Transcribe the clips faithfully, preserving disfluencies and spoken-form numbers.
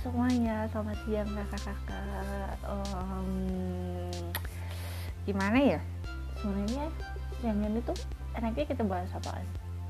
semuanya, selamat siang kakak-kakak. Um, gimana ya? Sebenarnya siang ini tuh enaknya kita bahas apaan?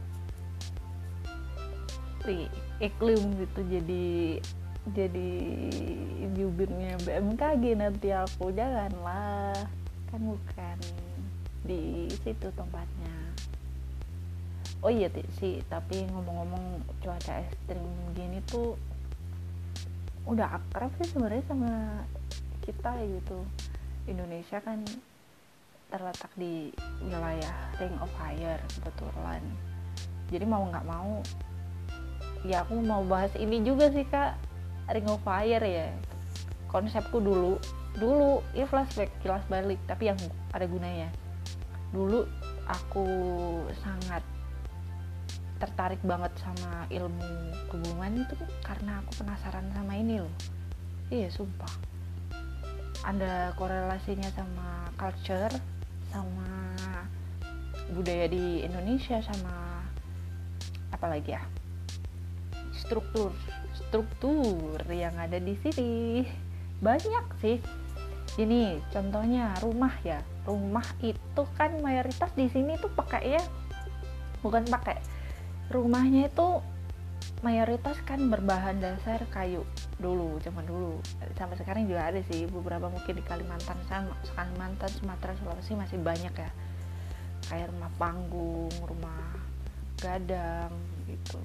Di iklim gitu, jadi jadi jubirnya B M K G nanti aku, janganlah, kan bukan di situ tempatnya. Oh iya sih, tapi ngomong-ngomong cuaca ekstrim gini tuh udah akrab sih sebenarnya sama kita gitu. Indonesia kan terletak di wilayah Ring of Fire kebetulan. Jadi mau nggak mau, ya aku mau bahas ini juga sih kak, Ring of Fire ya. Konsepku dulu, dulu ya flashback, kilas balik, tapi yang ada gunanya. Dulu aku sangat tertarik banget sama ilmu kehubungan itu karena aku penasaran sama ini loh. Iya sumpah, ada korelasinya sama culture, sama budaya di Indonesia, sama apa lagi ya, struktur struktur yang ada di sini. Banyak sih. Ini contohnya rumah ya, rumah itu kan mayoritas di sini tuh pakai ya, bukan pakai, rumahnya itu mayoritas kan berbahan dasar kayu dulu, zaman dulu. Sampai sekarang juga ada sih beberapa, mungkin di Kalimantan sama Kalimantan, Sumatera, Sulawesi masih banyak ya, kayak rumah panggung, rumah gadang gitu.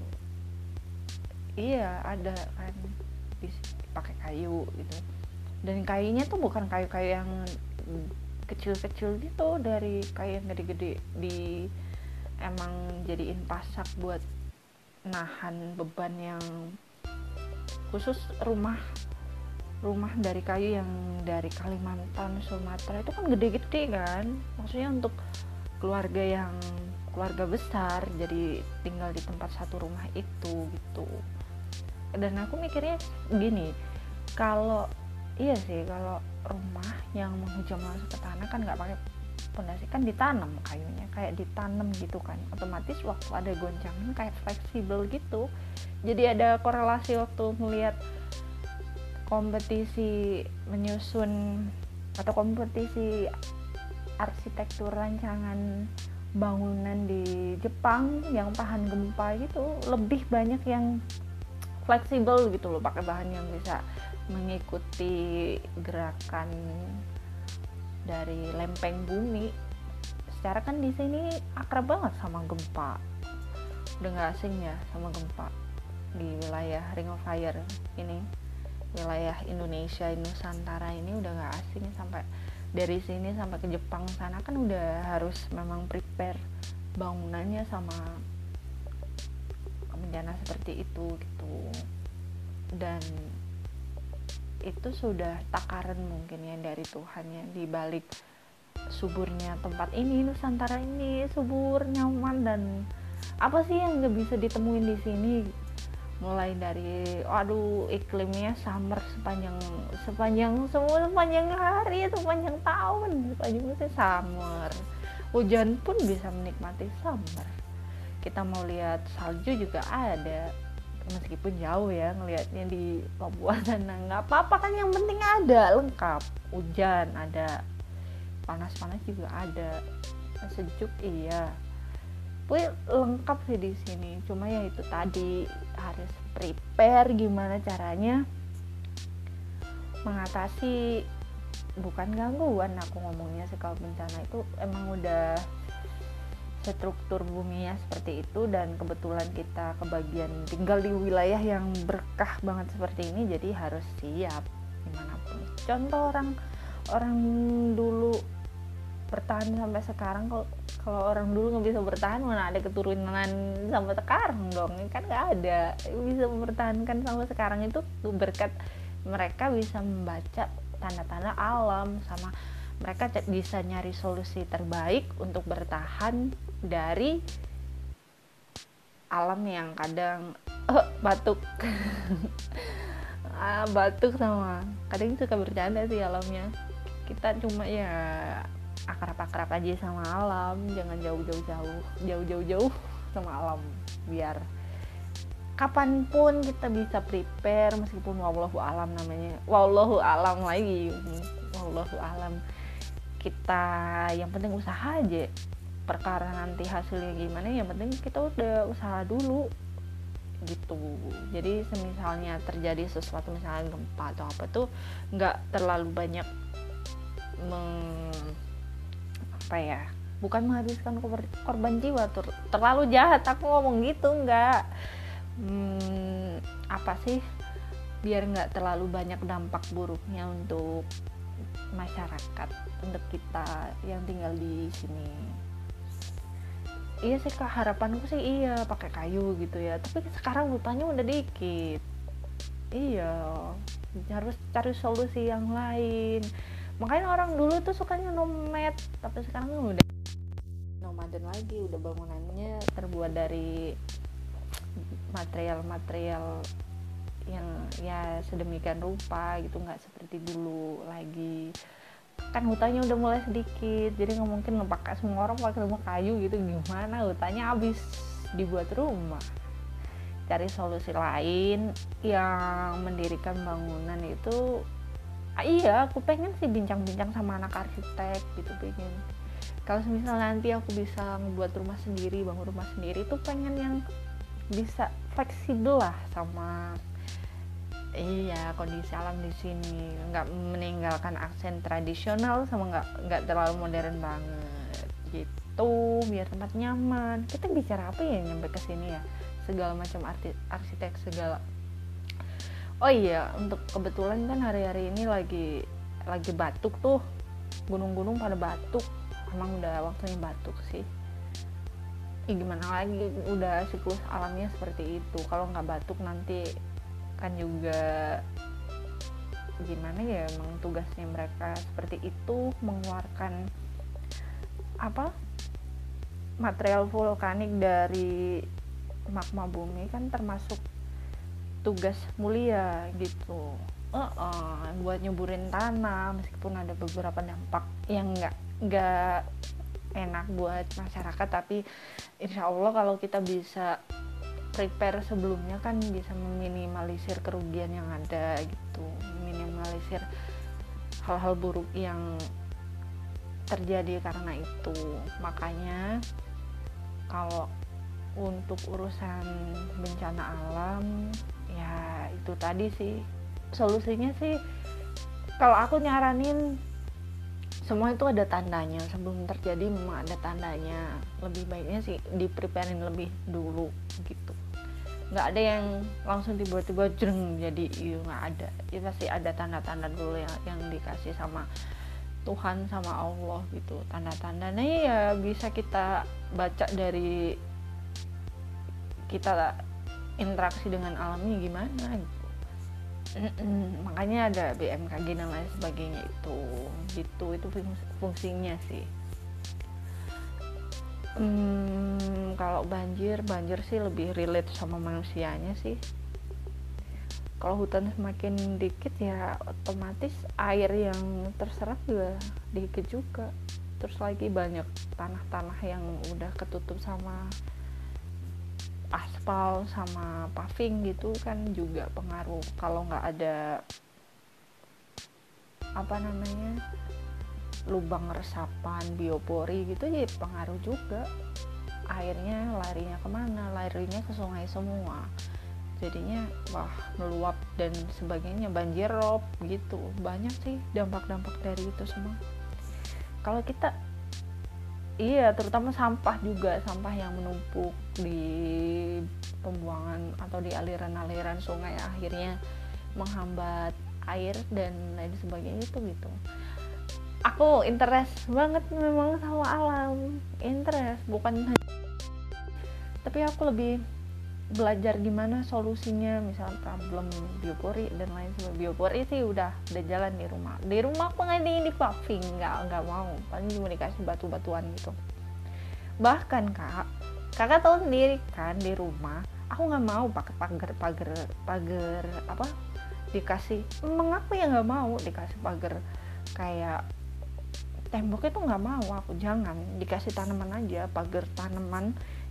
Iya ada kan, pakai kayu gitu. Dan kayunya tuh bukan kayu-kayu yang kecil-kecil gitu, dari kayu yang gede-gede, di emang jadiin pasak buat nahan beban yang khusus. rumah rumah dari kayu yang dari Kalimantan, Sumatera itu kan gede-gede kan, maksudnya untuk keluarga yang keluarga besar, jadi tinggal di tempat satu rumah itu gitu. Dan aku mikirnya gini, kalau iya sih, kalau rumah yang menghujam langsung ke tanah kan nggak pakai pondasi, kan ditanam kayunya, kayak ditanam gitu kan, otomatis waktu ada goncangan kayak fleksibel gitu. Jadi ada korelasi waktu melihat kompetisi menyusun atau kompetisi arsitektur rancangan bangunan di Jepang yang tahan gempa gitu, lebih banyak yang fleksibel gitu loh, pakai bahan yang bisa mengikuti gerakan dari lempeng bumi. Secara kan di sini akrab banget sama gempa, udah nggak asing ya sama gempa di wilayah Ring of Fire ini, wilayah Indonesia, Nusantara ini udah nggak asing. Sampai dari sini sampai ke Jepang sana kan udah harus memang prepare bangunannya sama bencana seperti itu gitu. Dan itu sudah takaran mungkin ya dari Tuhan ya, di balik suburnya tempat ini, Nusantara ini subur, nyaman, dan apa sih yang nggak bisa ditemuin di sini. Mulai dari aduh iklimnya summer sepanjang sepanjang semua sepanjang hari, sepanjang tahun, sepanjang musim summer. Hujan pun bisa menikmati summer. Kita mau lihat salju juga ada, meskipun jauh ya ngelihatnya di Papua sana, nggak apa-apa kan, yang penting ada, lengkap. Hujan ada, panas-panas juga ada, sejuk iya, Wih, lengkap sih di sini. Cuma ya itu tadi, harus prepare gimana caranya mengatasi, bukan gangguan aku ngomongnya sih, kalau bencana itu emang udah struktur buminya seperti itu, dan kebetulan kita kebagian tinggal di wilayah yang berkah banget seperti ini, jadi harus siap dimanapun. Contoh orang orang dulu bertahan sampai sekarang, kalau kalau orang dulu nggak bisa bertahan, mana ada keturunan sampai sekarang dong, kan nggak ada. Bisa mempertahankan sampai sekarang itu berkat mereka bisa membaca tanda-tanda alam, sama mereka bisa nyari solusi terbaik untuk bertahan dari alam yang kadang oh, batuk ah, batuk sama kadang suka bercanda sih alamnya. Kita cuma ya akrab-akrab aja sama alam, jangan jauh-jauh jauh jauh-jauh jauh sama alam, biar kapanpun kita bisa prepare, meskipun wallahu alam namanya, wallahu alam lagi, wallahu alam, kita yang penting usaha aja. Perkara nanti hasilnya gimana, yang penting kita udah usaha dulu gitu. Jadi semisalnya terjadi sesuatu, misalnya gempa atau apa tuh, nggak terlalu banyak meng, apa ya, bukan menghabiskan korban jiwa, ter, terlalu jahat aku ngomong gitu, nggak hmm, apa sih, biar nggak terlalu banyak dampak buruknya untuk masyarakat, untuk kita yang tinggal di sini. Iya sih kak, harapanku sih iya pakai kayu gitu ya, tapi sekarang hutannya udah dikit. Iya, harus cari solusi yang lain. Makanya orang dulu tuh sukanya nomad, tapi sekarang udah nomaden lagi, udah bangunannya terbuat dari material-material yang ya sedemikian rupa gitu, nggak seperti dulu lagi. Kan hutannya udah mulai sedikit, jadi nggak mungkin pakai semua orang pakai rumah kayu gitu, gimana hutannya habis dibuat rumah. Cari solusi lain yang mendirikan bangunan itu. Ah, iya, aku pengen sih bincang-bincang sama anak arsitek gitu, pengen. Kalau misalnya nanti aku bisa membuat rumah sendiri, bangun rumah sendiri, tuh pengen yang bisa fleksibel lah sama iya kondisi alam di sini, nggak meninggalkan aksen tradisional sama nggak nggak terlalu modern banget gitu, biar tempat nyaman. Kita bicara apa ya nyampe ke sini ya, segala macam arti, arsitek segala. Oh iya, untuk kebetulan kan hari-hari ini lagi lagi batuk tuh, gunung-gunung pada batuk, emang udah waktunya batuk sih. Ya gimana lagi, udah siklus alamnya seperti itu. Kalau nggak batuk nanti kan juga gimana ya, emang tugasnya mereka seperti itu, mengeluarkan apa material vulkanik dari magma bumi, kan termasuk tugas mulia gitu. Uh-uh, buat nyuburin tanah, meskipun ada beberapa dampak yang nggak nggak enak buat masyarakat, tapi insya Allah kalau kita bisa prepare sebelumnya kan bisa meminimalisir kerugian yang ada gitu, meminimalisir hal-hal buruk yang terjadi karena itu. Makanya kalau untuk urusan bencana alam ya itu tadi sih solusinya sih, kalau aku nyaranin semua itu ada tandanya, sebelum terjadi memang ada tandanya. Lebih baiknya sih di-preparein lebih dulu gitu. Nggak ada yang langsung tiba-tiba jreng jadi, iya nggak ada. Ya pasti ada tanda-tanda dulu yang, yang dikasih sama Tuhan, sama Allah gitu. Tanda-tandanya ya bisa kita baca dari kita interaksi dengan alamnya gimana gitu. Mm-mm, makanya ada B M K G dan lain sebagainya itu gitu, itu fungsinya sih. Hmm, kalau banjir banjir sih lebih relate sama manusianya sih. Kalau hutan semakin dikit ya otomatis air yang terserap juga dikit juga. Terus lagi banyak tanah-tanah yang udah ketutup sama aspal sama paving gitu kan juga pengaruh. Kalau nggak ada apa namanya lubang resapan biopori gitu ya pengaruh juga, airnya larinya kemana, larinya ke sungai semua, jadinya wah meluap dan sebagainya, banjir rob gitu. Banyak sih dampak-dampak dari itu semua. Kalau kita iya, terutama sampah juga, sampah yang menumpuk di pembuangan atau di aliran-aliran sungai akhirnya menghambat air dan lain sebagainya itu gitu. Aku interest banget memang sama alam, interest bukan, tapi aku lebih belajar gimana solusinya, misal problem biopori dan lain sebagainya. Biopori sih udah udah jalan di rumah. Di rumah aku nggak di di paving, nggak nggak mau, paling cuma dikasih batu-batuan gitu. Bahkan kak, kakak tahu sendiri kan di rumah, aku nggak mau pakai pagar pagar pagar apa dikasih. Emang aku yang nggak mau dikasih pagar kayak tembok itu, nggak mau aku, jangan dikasih tanaman aja, pagar tanaman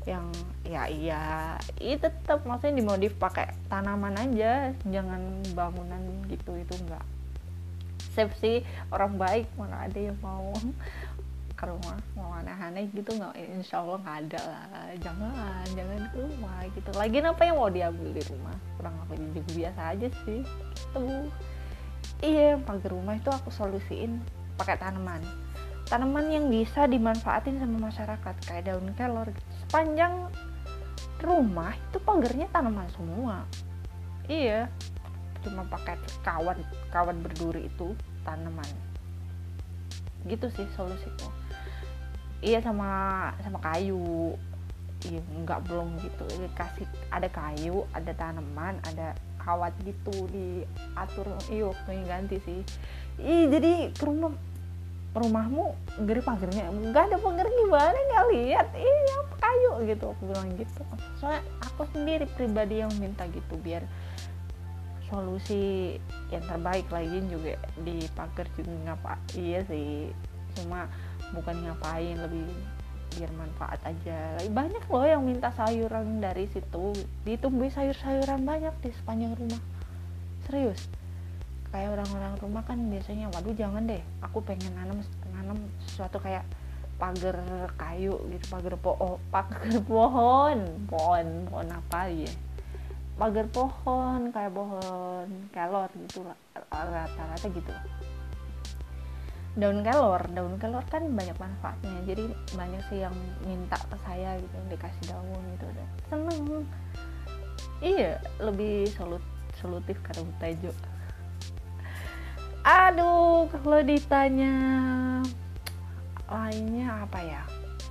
yang ya iya itu tetap maksudnya dimodif pakai tanaman aja, jangan bangunan gitu, itu enggak safe sih. Orang baik mana ada yang mau ke rumah mau aneh-aneh gitu, nggak, insya Allah nggak ada lah, jangan jangan ke rumah gitu. Lagian apa yang mau diambil di rumah, kurang apa juga biasa aja sih gitu. Iya, pagar rumah itu aku solusiin pakai tanaman tanaman yang bisa dimanfaatin sama masyarakat, kayak daun kelor gitu. Sepanjang rumah itu pagarnya tanaman semua. Iya, cuma pakai kawat kawat berduri itu tanaman gitu sih solusinya. Iya, sama sama kayu. Iya, enggak belum gitu, kasih ada kayu, ada tanaman, ada kawat gitu diatur. Iya, waktunya ganti sih. Ih, jadi ke rumah rumahmu gede pagarnya, enggak ada pagar gimana nggak lihat, iya apa kayu gitu, aku bilang gitu. Soalnya aku sendiri pribadi yang minta gitu, biar solusi yang terbaik. Lagi juga di pagar juga ngapa, iya sih, cuma bukan ngapain, lebih biar manfaat aja. Lagi banyak loh yang minta sayuran dari situ, ditumbuhi sayur-sayuran banyak di sepanjang rumah, serius. Kayak orang-orang rumah kan biasanya, waduh jangan deh, aku pengen nanam nanam sesuatu kayak pagar kayu gitu, pagar pohon, pagar pohon, pohon, pohon apa ya, pagar pohon kayak pohon kelor gitu, rata-rata gitu. Daun kelor, daun kelor kan banyak manfaatnya, jadi banyak sih yang minta ke saya gitu, dikasih daun gitu, seneng. Iya, lebih solut, solutif kata Tejo. Aduh, kalau ditanya lainnya apa ya?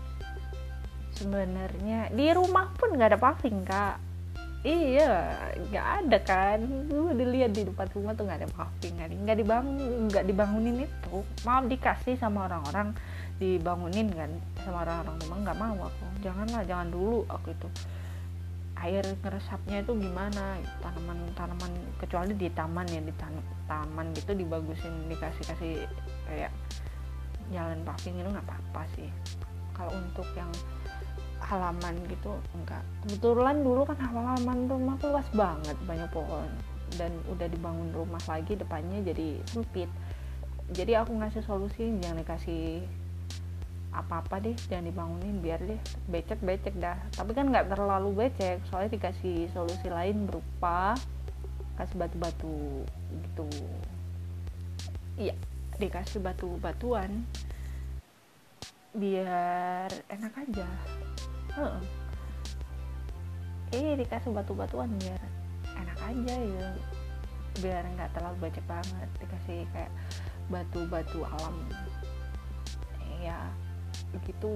Sebenarnya di rumah pun nggak ada paving, Kak. Iya, nggak ada kan. Lu dilihat di depan rumah tuh nggak ada paving, nggak dibangun, nggak dibangunin itu. Mau dikasih sama orang-orang, dibangunin kan sama orang-orang rumah, nggak mau aku. Janganlah, jangan dulu aku itu. Air ngeresapnya itu gimana, tanaman-tanaman kecuali di taman ya, di tan- taman gitu dibagusin, dikasih-kasih kayak jalan paving itu nggak apa-apa sih. Kalau untuk yang halaman gitu enggak. Kebetulan dulu kan halaman rumah tuh luas banget, banyak pohon, dan udah dibangun rumah lagi depannya jadi sempit. Jadi aku ngasih solusi, jangan dikasih apa-apa deh, jangan dibangunin, biar deh becek-becek dah. Tapi kan nggak terlalu becek, soalnya dikasih solusi lain berupa kasih batu-batu gitu. Iya, dikasih batu-batuan biar enak aja. Heeh. Eh, dikasih batu-batuan biar enak aja ya, biar nggak terlalu becek banget. Dikasih kayak batu-batu alam, ya begitu.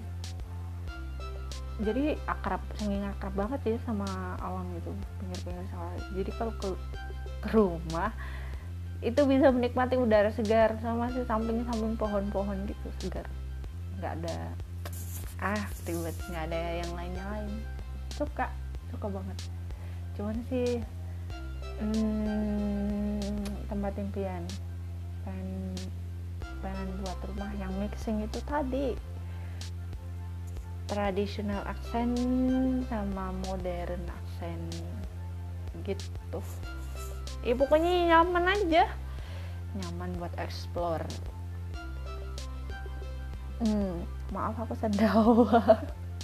Jadi akrab, saking akrab banget ya sama alam gitu, pinggir-pinggir sawah. Jadi kalau ke, ke rumah itu bisa menikmati udara segar, sama si sampingnya samping pohon-pohon gitu segar, nggak ada ah tiba-tiba nggak ada yang lainnya lain. Suka suka banget. Cuman sih hmm, tempat impian pengen pengen buat rumah yang mixing itu tadi, tradisional aksen sama modern aksen gitu. Ya pokoknya nyaman aja, nyaman buat explore. hmm, maaf aku sendawa.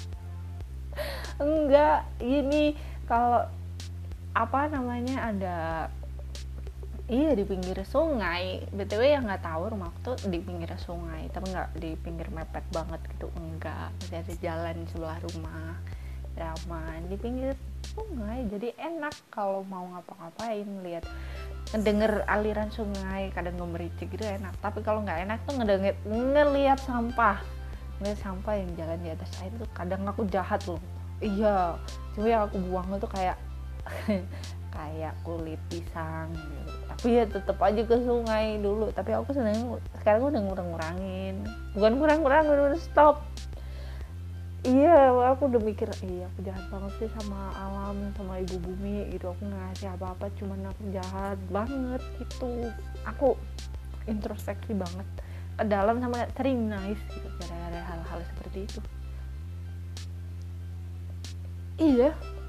Enggak, ini kalau apa namanya ada, iya di pinggir sungai. B T W yang nggak tahu, rumahku tuh di pinggir sungai, tapi nggak di pinggir mepet banget gitu, enggak. Masih ada jalan sebelah rumah, aman di pinggir sungai, jadi enak kalau mau ngapa-ngapain, lihat ngedenger aliran sungai, kadang gemericik gitu enak. Tapi kalau nggak enak tuh ngedenger ngelihat sampah, ngelihat sampah yang jalan di atas air tuh kadang aku jahat loh. Iya, cuma yang aku buang itu kayak kayak kulit pisang gitu. Tapi ya tetap aja ke sungai dulu. Tapi aku seneng, sekarang udah ngurang-ngurangin, bukan kurang-kurangin, udah stop. Iya, aku udah mikir, iya aku jahat banget sih sama alam, sama ibu bumi gitu. Aku nggak ngasih apa-apa, cuman aku jahat banget gitu. Aku introspeksi banget ke dalam, sama sering nangis gitu gara-gara hal-hal seperti itu. Iya,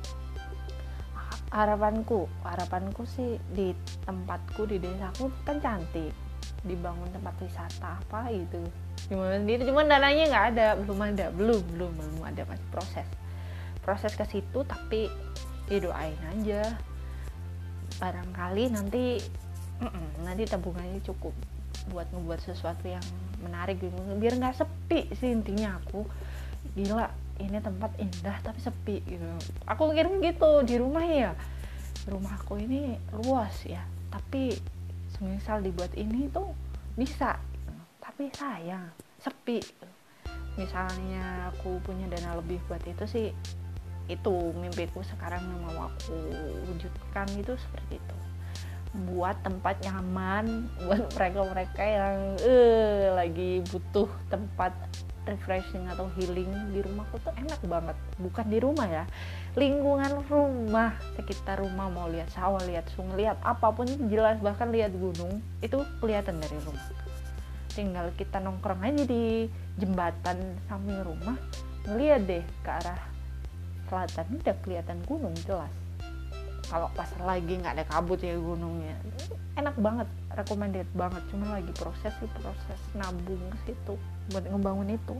harapanku harapanku sih di tempatku, di desaku kan cantik, dibangun tempat wisata apa gitu gimana sendiri, cuman dananya nggak ada, belum ada belum belum belum ada, masih proses proses ke situ. Tapi ya doain aja, barangkali nanti nanti tabungannya cukup buat ngebuat sesuatu yang menarik gitu, biar nggak sepi sih intinya. Aku gila, ini tempat indah tapi sepi gitu, aku mikir gitu. Di rumah ya, rumah aku ini luas ya, tapi semisal dibuat ini tuh bisa gitu. Tapi sayang sepi gitu. Misalnya aku punya dana lebih buat itu sih, itu mimpiku sekarang yang mau aku wujudkan itu seperti itu, buat tempat nyaman buat mereka-mereka yang eh lagi butuh tempat refreshing atau healing. Di rumahku tuh enak banget, bukan di rumah ya, lingkungan rumah, sekitar rumah, mau lihat sawah, lihat sungai, lihat apapun jelas, bahkan lihat gunung itu kelihatan dari rumah. Tinggal kita nongkrong aja di jembatan samping rumah, ngeliat deh ke arah selatan udah kelihatan gunung jelas. Kalau pas lagi nggak ada kabut ya gunungnya, enak banget, recommended banget. Cuma lagi proses sih, proses nabung ke situ buat ngebangun itu.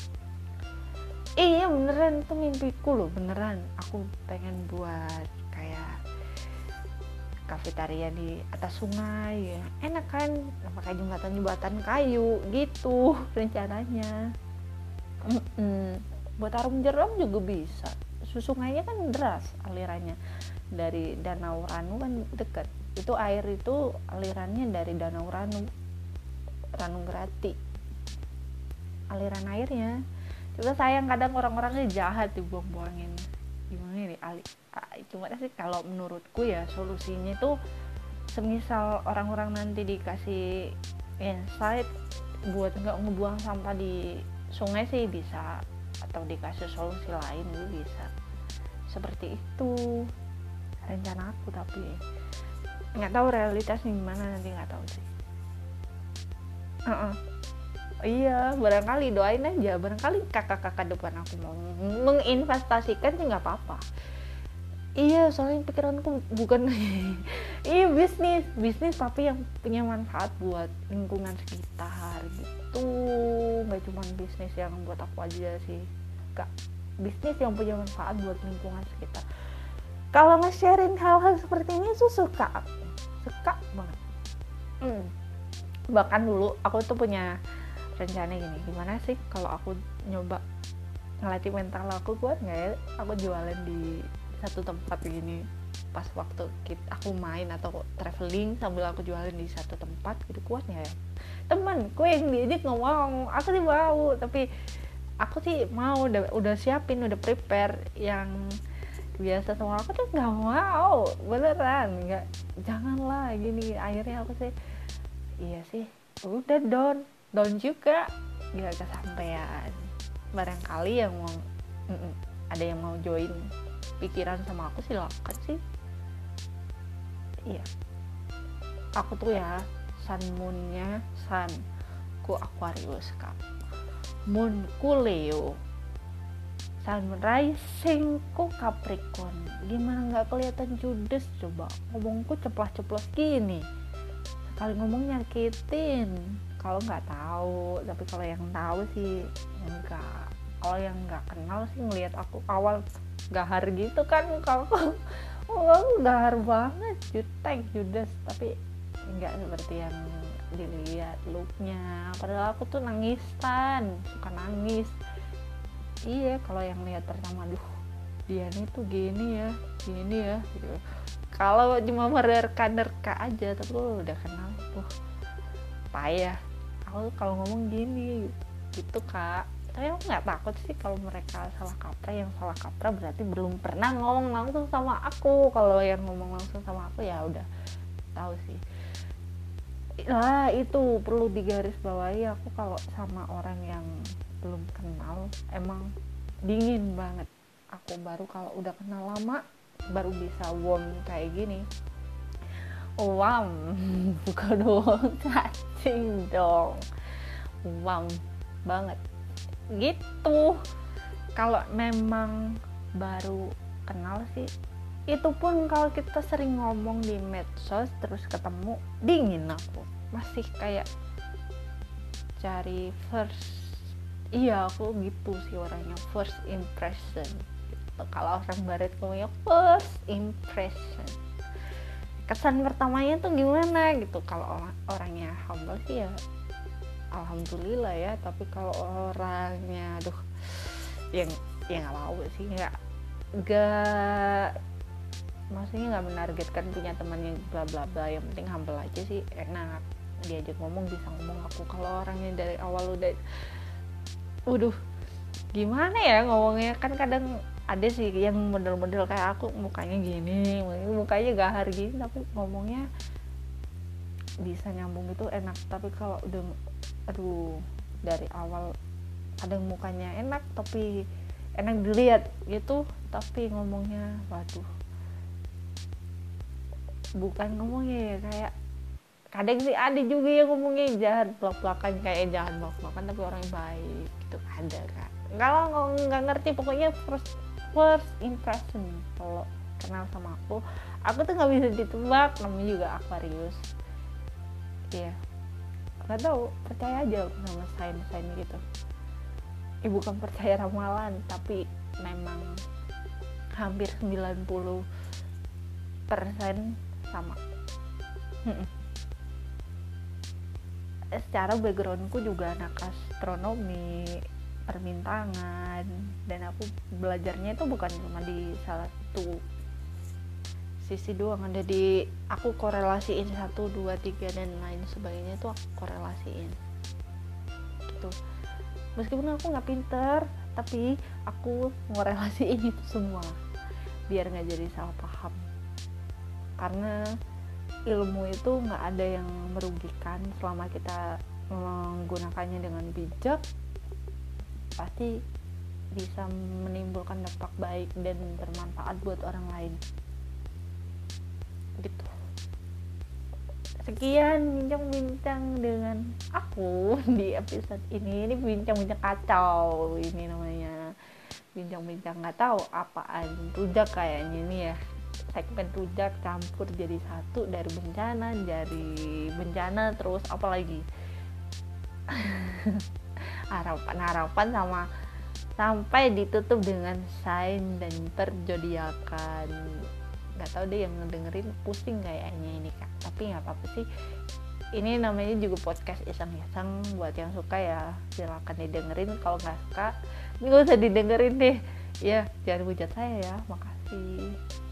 Iya beneran, itu mimpiku loh, beneran. Aku pengen buat kayak kafetaria di atas sungai ya, enak kan, pakai jembatan-jembatan kayu gitu rencananya. Mm-mm. Buat arum jeram juga bisa. Sungainya kan deras alirannya, dari Danau Ranu kan dekat. Itu air itu alirannya dari Danau Ranu, Ranu Grati aliran airnya. Cuma sayang kadang orang-orangnya jahat dibuang-buangin. Gimana nih ali? Cuma sih kalau menurutku ya solusinya itu, semisal orang-orang nanti dikasih insight buat nggak ngebuang sampah di sungai sih bisa, atau dikasih solusi lain juga bisa. Seperti itu rencana aku, tapi nggak tahu realitasnya gimana nanti, nggak tahu sih. Uh-uh. Iya, barangkali doain aja, barangkali kakak-kakak depan aku mau menginvestasikan sih nggak apa-apa. Iya, soalnya pikiranku bukan iya bisnis bisnis tapi yang punya manfaat buat lingkungan sekitar gitu, nggak cuma bisnis yang buat aku aja sih, nggak, bisnis yang punya manfaat buat lingkungan sekitar. Kalau nge-sharing hal-hal seperti ini tuh suka suka banget. hmm. Bahkan dulu aku tuh punya rencana gini, gimana sih kalau aku nyoba ngelatih mental aku, kuat nggak ya aku jualan di satu tempat gini, pas waktu kita, aku main atau traveling sambil aku jualan di satu tempat gitu, kuat nggak ya? Temanku yang diajak ngomong, aku sih mau, tapi aku sih mau, udah, udah siapin, udah prepare. Yang biasa sama aku tuh nggak mau, beneran nggak, janganlah gini. Akhirnya aku sih iya sih, udah down down juga, nggak kesampaian. Barangkali yang mau mm-mm, ada yang mau join pikiran sama aku, silakan sih. Iya, aku tuh ya sun moonnya, sun ku Aquarius kak, moon ku Leo, sun rising ku Capricorn. Gimana nggak kelihatan judes coba, ngomongku ceplos-ceplos gini, sekali ngomong nyakitin kalau nggak tahu. Tapi kalau yang tahu sih enggak, kalau yang nggak kenal sih ngelihat aku awal gahar gitu kan, kalau oh gahar banget, jutek, judes, tapi enggak seperti yang dilihat looknya. Padahal aku tuh nangisan, suka nangis. Iya, kalau yang lihat pertama, duh dia nih tuh gini ya, gini ya gitu. Kalau cuma menerka-nerka aja, tapi lo udah kenal tuh payah. Aku kalau ngomong gini gitu kak, tapi aku nggak takut sih kalau mereka salah kaprah. Yang salah kaprah berarti belum pernah ngomong langsung sama aku. Kalau yang ngomong langsung sama aku ya udah tahu sih. Lah itu perlu digarisbawahi, aku kalau sama orang yang belum kenal emang dingin banget. Aku baru kalau udah kenal lama baru bisa warm kayak gini. Wow, bukan doang, cacing dong. Wow banget gitu. Kalau memang baru kenal sih, itu pun kalau kita sering ngomong di medsos terus ketemu dingin aku, masih kayak cari first, iya aku gitu sih orangnya, first impression gitu. Kalau orang barat ngomongnya first impression, kesan pertamanya tuh gimana gitu. Kalau orang, orangnya humble sih ya alhamdulillah ya, tapi kalau orangnya aduh yang ya nggak mau sih, nggak nggak maksudnya nggak menargetkan punya teman yang bla bla bla, yang penting humble aja sih enak, diajak ngomong bisa ngomong aku. Kalau orangnya dari awal udah waduh gimana ya ngomongnya, kan kadang ada sih yang model-model kayak aku mukanya gini, mukanya gahar gini tapi ngomongnya bisa nyambung itu enak. Tapi kalau udah aduh dari awal kadang mukanya enak tapi enak dilihat gitu, tapi ngomongnya waduh bukan ngomongnya ya kayak kadang sih ada juga yang ngomongnya jahat belak-belakan, kayak jahat belak-belakan tapi orangnya baik gitu, ada kan. Kalau nggak ngerti pokoknya first first impression kalau kenal sama aku aku tuh nggak bisa ditebak, namanya juga Aquarius ya, nggak tahu, percaya aja sama sign-sign gitu. Eh bukan percaya ramalan, tapi memang hampir sembilan puluh persen sama. Secara backgroundku juga anak astronomi, permintangan, dan aku belajarnya itu bukan cuma di salah satu sisi doang, ada di aku korelasiin satu, dua, tiga dan lain sebagainya itu aku korelasiin gitu. Meskipun aku nggak pinter, tapi aku ngorelasiin itu semua biar nggak jadi salah paham. Karena ilmu itu nggak ada yang merugikan selama kita menggunakannya dengan bijak, pasti bisa menimbulkan dampak baik dan bermanfaat buat orang lain gitu. Sekian bincang-bincang dengan aku di episode ini. Ini bincang-bincang kacau ini namanya, bincang-bincang nggak tahu apaan, rujak kayaknya ini ya, segmen rujak campur jadi satu, dari bencana dari bencana terus apa lagi harapan-harapan sama sampai ditutup dengan sign dan perzodiakan. Nggak tahu deh yang ngedengerin pusing kayaknya ini Kak, tapi nggak apa-apa sih, ini namanya juga podcast iseng-iseng. Buat yang suka ya silakan didengerin, kalau nggak suka nggak usah didengerin deh ya, jangan hujat saya ya. Makasih.